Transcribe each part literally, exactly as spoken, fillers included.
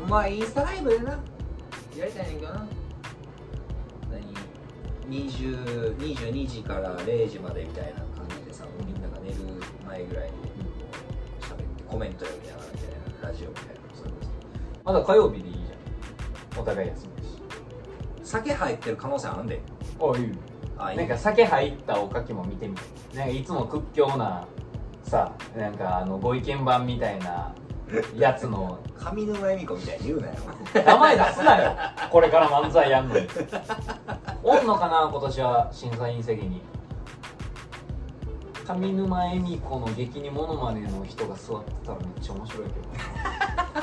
まあインスタライブでなやりたいねんけどな。何にじゅう、にじゅうにじかられいじまでみたいな感じでさ、みんなが寝る前ぐらいに喋ってコメント読みながらみたいな、ラジオみたいな。それこまだ火曜日でいいじゃん、お互い休みだし。 そ酒入ってる可能性あんで。 あ、いいよ。 あ、いい。 なんか酒入ったおかきも見てみて。なんかいつも屈強なさ、なんかあのご意見番みたいなやつの上沼恵美子みたいに言うなよ。 名前出すなよ。これから漫才やんのに。おんのかな今年は審査員席に。上沼恵美子の激にモノマネの人が座ってたらめっちゃ面白いけ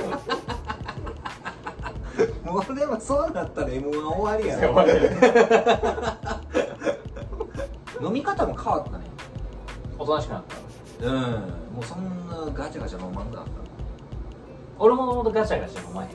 ど。 もうでもそうなったら エムワン 終わりやろ。飲み方も変わったね。 おとなしくなった。 うん、もうそんなガチャガチャ飲まんくなった。 俺もともとガチャガチャ飲まへんから。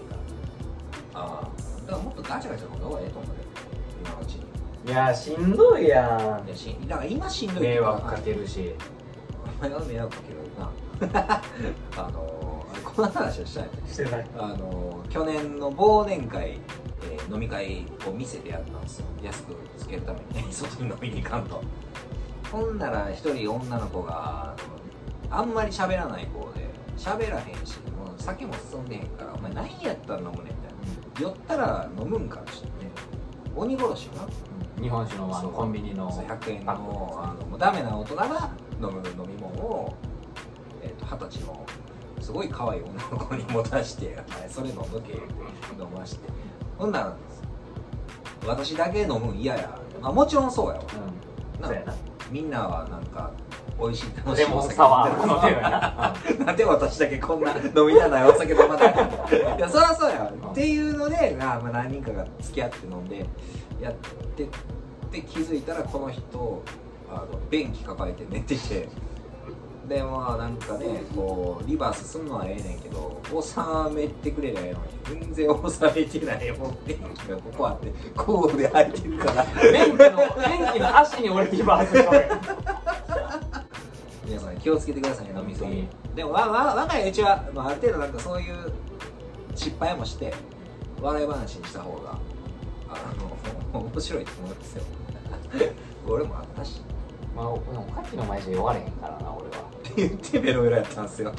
ああ、だからもっとガチャガチャ飲んだ方がええと思うよ、今のうちに。 いやしんどいやん。 いやしだから今しんどい。 迷惑かけるし。 お前は迷惑かけるな。あのー、この話をしたい。 してない。 あのー、去年の忘年会、えー、飲み会を店でやったんですよ。安くつけるためにね、外に飲みに行かんと。ほんなら一人女の子があんまり喋らない子で、喋らへんし、もう酒も進んでへんから、お前何やったら飲むねんみたいな。酔ったら飲むんかってね、鬼殺しよな。 日本酒のあのコンビニのひゃくえんのあのもうダメな大人が飲む飲み物を、えー、とはたちのすごい可愛い女の子に持たして「はい、それ飲むけ」って飲まして、ほんなら私だけ飲むん嫌や、まあ、もちろんそうやわ、 うん、そうやな。 みんなはなんか美味しい楽しいレモンサワー飲んでるよな。 なんで私だけこんな飲みやないお酒飲まないいやそりゃそうや、うん、っていうので、まあ、まあ何人かが付き合って飲んでやってって気づいたらこの人あの便器抱えて寝てて、でまあなんかねこうリバースすんのはええねんけど収めてくれりゃええのに全然収めてないもん。便器がここあってこうで入ってるから便器の便器の足に俺リバースしとる。 皆さん気をつけてくださいね、飲みすぎ。でもわわ若いうちは、まあ、ある程度なんかそういう失敗もして笑い話にした方があの面白いと思いますよ。俺もあったし。 まあ、おかきの前じゃ酔われへんからな、俺は。 って言ってベロベロやったんですよ。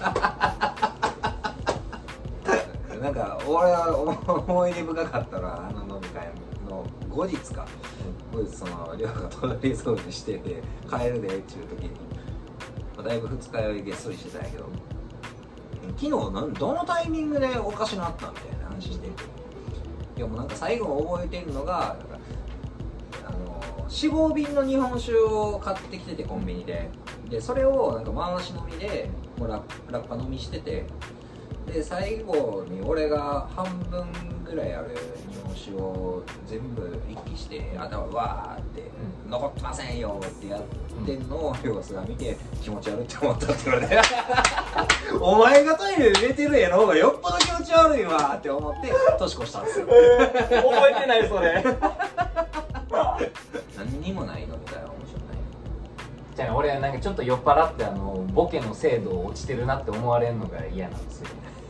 なんか俺は思い出深かったらあの飲み会の後日か、後日その亮が隣り掃除してて帰るでっていう時に、まあ、だいぶ二日酔いげっそりしてたんやけど、昨日なんどのタイミングでおかしなったみたいな話して、いやもうなんか最後覚えてるのがなんかあのよん、ごびんの日本酒を買ってきててコンビニで、でそれをなんか回し飲みでもうラッラッパ飲みしてて、で最後に俺が半分ぐらいある日本酒を全部一気して頭わーって「残ってませんよ」ってやってんのを様子が見て気持ち悪いって思ったって言われてお前がトイレで寝てるやろがよっぽど気持ち悪いわって思って年越したんですよ。 覚えてないそれ。 何にもないのみたいな面白くない。 じゃあ俺なんかちょっと酔っ払ってあのボケの精度落ちてるなって思われるのが嫌なんですよ。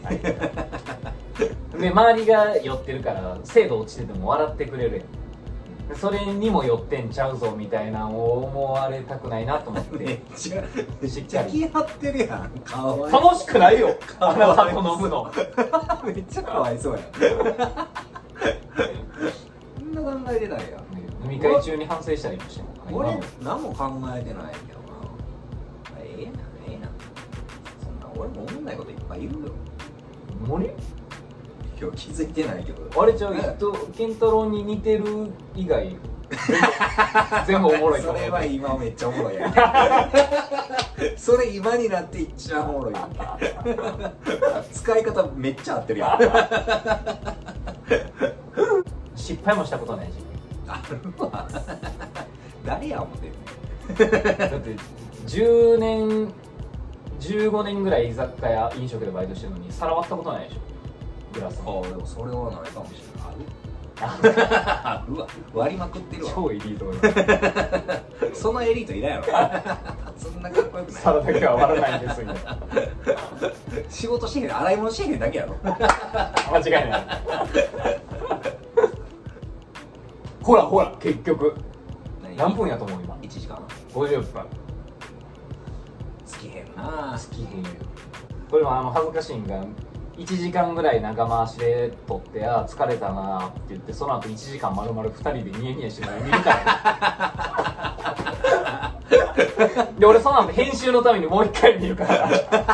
で周りが酔ってるから精度落ちてても笑ってくれるやん。それにも酔ってんちゃうぞみたいなのを思われたくないなと思ってめっちゃめっちゃ気張ってるやん。かわいい。 楽しくないよあなたと飲むの。 めっちゃかわいそうやん。そんな考えてないやん。 飲み会中に反省したりもしても俺何も考えてないけどな。ええなええな。そんな俺も思んないこといっぱい言うよ。 森今日気づいてないけどあれちゃう、健太郎に似てる以外全部おもろいと思う。 それは今めっちゃおもろいやん。それ今になって一番おもろいやん。使い方めっちゃ合ってるやん。 失敗もしたことないし。 あるわ。誰や思ってるだってじゅうねんじゅうごねんぐらい居酒屋飲食でバイトしてるのに皿割ったことないでしょ、グラスあの。 あでもそれはないかもしれない。あるうわ割りまくってるわ。 超エリート。 そのエリートいないやろ。そんなかっこよくない。 皿だけは割らないんですみたいな。 仕事してへん、洗い物してへんだけやろ。 間違いない。ほらほら結局何分やと思う今。 いちじかんごじゅっぷん。 つきへんな。 つきへんよ。これはあの恥ずかしいんがいちじかんぐらい長回しで撮ってあ疲れたなって言って、その後いちじかんまるまるふたりでニヤニヤしながら見るからね。で俺その後編集のためにもう一回見るから。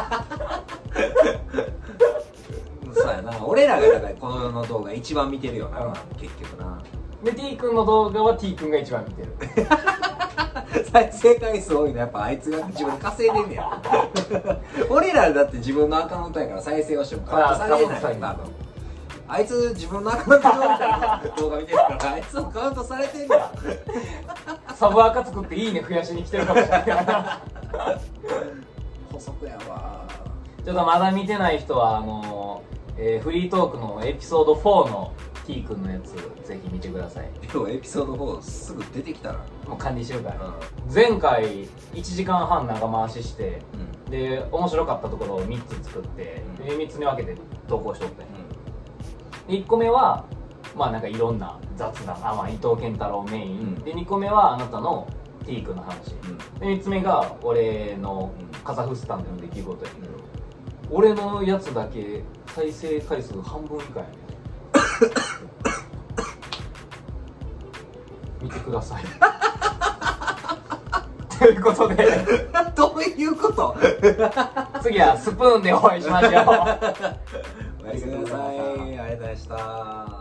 そうやな、俺らがだからこの動画一番見てるよな、うん、結局な。 で T 君の動画は T 君が一番見てる。 再生回数多いのやっぱあいつが自分で稼いでんねや。俺らだって自分のアカウントやから再生をしてもカウントされないよ多分。あいつ自分のアカウントの動画見てるからあいつのカウントされてんねや。 サブアカ作っていいね増やしに来てるかもしれない。 補足やわ。 ちょっとまだ見てない人はあの、えー、フリートークのエピソードフォーの T 君のやつぜひ見てください。 今日エピソードフォーすぐ出てきたらもう管理してるから、 うん、 前回いちじかんはん長回しして、 うん、 で面白かったところをみっつ作って、うん、でみっつに分けて投稿しとって、うん、でいっこめはまあなんかいろんな雑談、あ、まあ、伊藤健太郎メイン、うん、でにこめはあなたの T 君の話、うん、でみっつめが俺のカザフスタンでの出来事やけど、うん、俺のやつだけ再生回数半分以下やね。見てください。ということでどういうこと次はスプーンでお会いしましょう。 おやすみなさい。ありがとうございました。